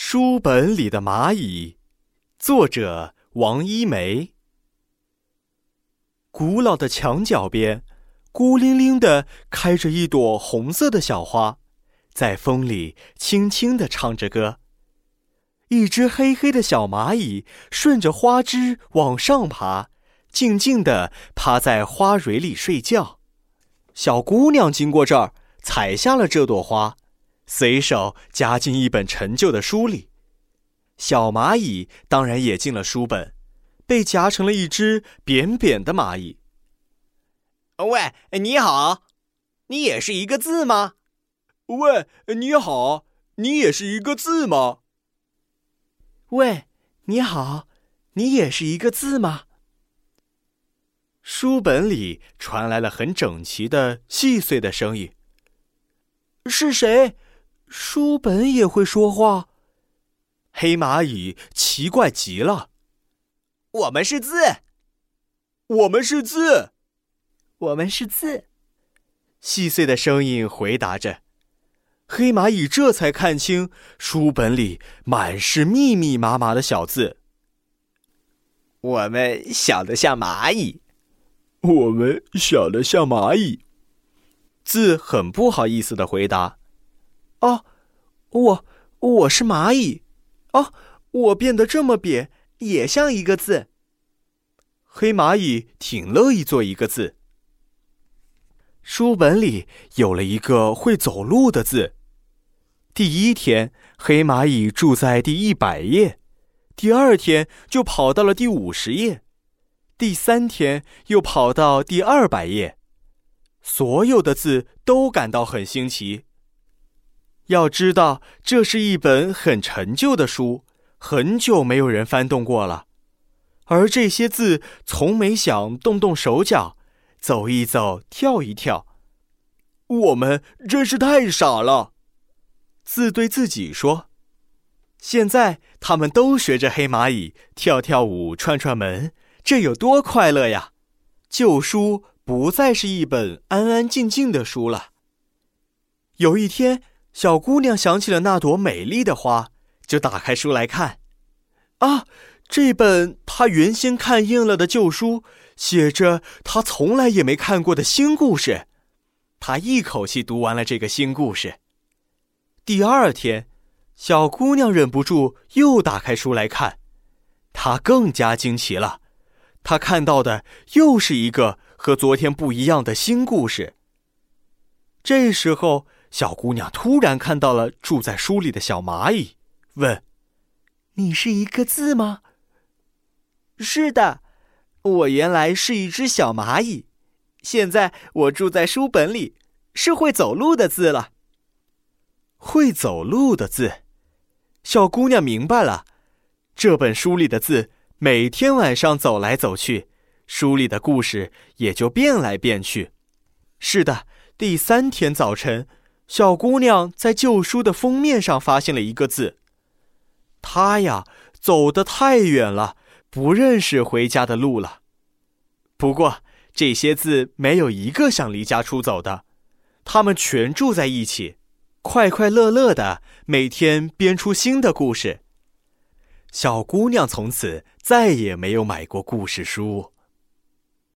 书本里的蚂蚁，作者王一梅。古老的墙角边，孤零零地开着一朵红色的小花，在风里轻轻地唱着歌。一只黑黑的小蚂蚁顺着花枝往上爬，静静地趴在花蕊里睡觉。小姑娘经过这儿，采下了这朵花，随手夹进一本陈旧的书里。小蚂蚁当然也进了书本，被夹成了一只扁扁的蚂蚁。 喂，你好，你也是一个字吗？ 喂，你好，你也是一个字吗？喂，你好，你也是一个字吗？书本里传来了很整齐的细碎的声音。是谁？书本也会说话？黑蚂蚁奇怪极了。 我们是字。 我们是字。 我们是字。 细碎的声音回答着。黑蚂蚁这才看清书本里满是密密麻麻的小字。 我们小得像蚂蚁。 我们小得像蚂蚁。字很不好意思地回答。哦，我是蚂蚁。哦，我变得这么扁，也像一个字。黑蚂蚁挺乐意做一个字。书本里有了一个会走路的字。第一天，黑蚂蚁住在第100页，第二天就跑到了第50页，第3天又跑到第200页。所有的字都感到很新奇。要知道，这是一本很陈旧的书，很久没有人翻动过了。而这些字从没想动动手脚，走一走，跳一跳。我们真是太傻了，字对自己说。现在他们都学着黑蚂蚁跳跳舞，串串门，这有多快乐呀！旧书不再是一本安安静静的书了。有一天，小姑娘想起了那朵美丽的花，就打开书来看。啊，这本她原先看厌了的旧书，写着她从来也没看过的新故事。她一口气读完了这个新故事。第二天，小姑娘忍不住又打开书来看，她更加惊奇了。她看到的又是一个和昨天不一样的新故事。这时候，小姑娘突然看到了住在书里的小蚂蚁，问：你是一个字吗？是的，我原来是一只小蚂蚁，现在我住在书本里，是会走路的字了。会走路的字，小姑娘明白了，这本书里的字每天晚上走来走去，书里的故事也就变来变去。是的，第3天早晨，小姑娘在旧书的封面上发现了一个字。她呀，走得太远了，不认识回家的路了。不过，这些字没有一个想离家出走的，它们全住在一起，快快乐乐的，每天编出新的故事。小姑娘从此再也没有买过故事书。